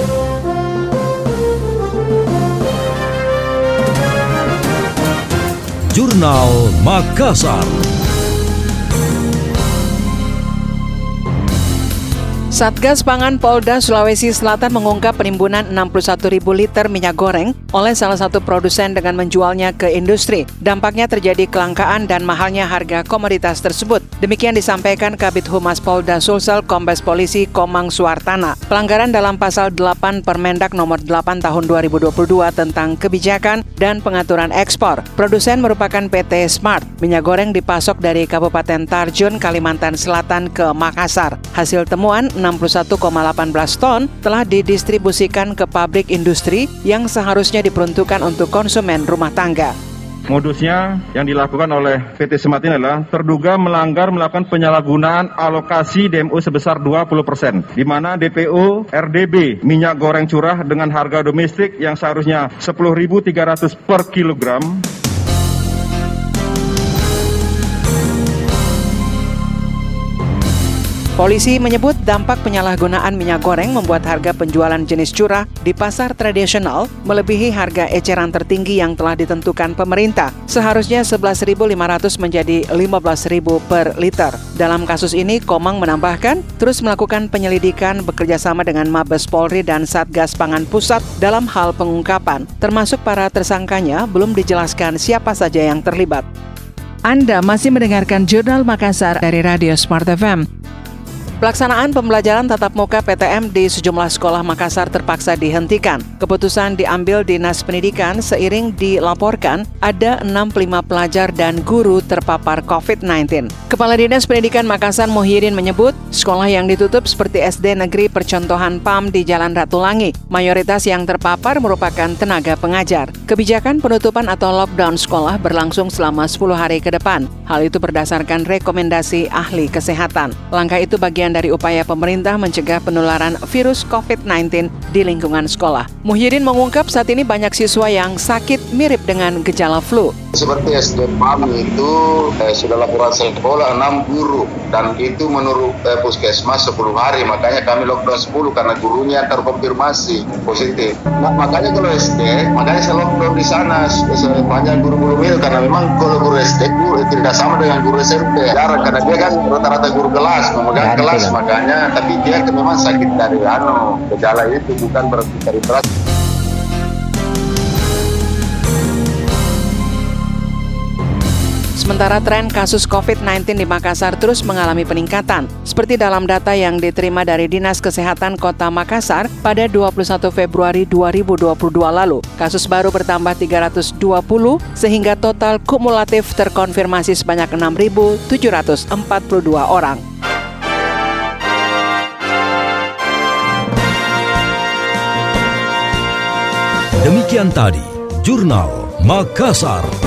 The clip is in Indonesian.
Jurnal Makassar. Satgas Pangan Polda Sulawesi Selatan mengungkap penimbunan 61.000 liter minyak goreng oleh salah satu produsen dengan menjualnya ke industri. Dampaknya terjadi kelangkaan dan mahalnya harga komoditas tersebut. Demikian disampaikan Kabid Humas Polda Sulsel Kombes Polisi Komang Suartana. Pelanggaran dalam Pasal 8 Permendak Nomor 8 Tahun 2022 tentang kebijakan dan pengaturan ekspor. Produsen merupakan PT Smart. Minyak goreng dipasok dari Kabupaten Tarjun, Kalimantan Selatan ke Makassar. Hasil temuan 61,18 ton telah didistribusikan ke pabrik industri yang seharusnya diperuntukkan untuk konsumen rumah tangga. Modusnya yang dilakukan oleh PT Smart ini adalah terduga melakukan penyalahgunaan alokasi DMO sebesar 20%, di mana DPO RDB minyak goreng curah dengan harga domestik yang seharusnya 10.300 per kilogram. Polisi menyebut dampak penyalahgunaan minyak goreng membuat harga penjualan jenis curah di pasar tradisional melebihi harga eceran tertinggi yang telah ditentukan pemerintah. Seharusnya 11.500 menjadi 15.000 per liter. Dalam kasus ini, Komang menambahkan terus melakukan penyelidikan bekerjasama dengan Mabes Polri dan Satgas Pangan Pusat dalam hal pengungkapan, termasuk para tersangkanya belum dijelaskan siapa saja yang terlibat. Anda masih mendengarkan Jurnal Makassar dari Radio Smart FM. Pelaksanaan pembelajaran tatap muka PTM di sejumlah sekolah Makassar terpaksa dihentikan. Keputusan diambil Dinas Pendidikan seiring dilaporkan ada 65 pelajar dan guru terpapar COVID-19. Kepala Dinas Pendidikan Makassar Muhyiddin menyebut, sekolah yang ditutup seperti SD Negeri Percontohan PAM di Jalan Ratulangi. Mayoritas yang terpapar merupakan tenaga pengajar. Kebijakan penutupan atau lockdown sekolah berlangsung selama 10 hari ke depan. Hal itu berdasarkan rekomendasi ahli kesehatan. Langkah itu bagian dari upaya pemerintah mencegah penularan virus COVID-19 di lingkungan sekolah. Muhyiddin mengungkap saat ini banyak siswa yang sakit mirip dengan gejala flu. Seperti SD PAM itu sudah laporan sekolah 6 guru dan itu menurut puskesmas 10 hari, makanya kami lockdown 10 karena gurunya terkonfirmasi positif. Nah, makanya kalau SD, makanya saya lockdown di sana sepanjang guru-guru itu karena memang kalau guru SD itu tidak sama dengan guru SMP. Jarang karena dia kan rata-rata guru kelas, memegang kelas makanya, tapi dia memang sakit dari gejala itu bukan berarti dari berat. Sementara tren kasus COVID-19 di Makassar terus mengalami peningkatan. Seperti dalam data yang diterima dari Dinas Kesehatan Kota Makassar pada 21 Februari 2022 lalu. Kasus baru bertambah 320 sehingga total kumulatif terkonfirmasi sebanyak 6.742 orang. Demikian tadi Jurnal Makassar.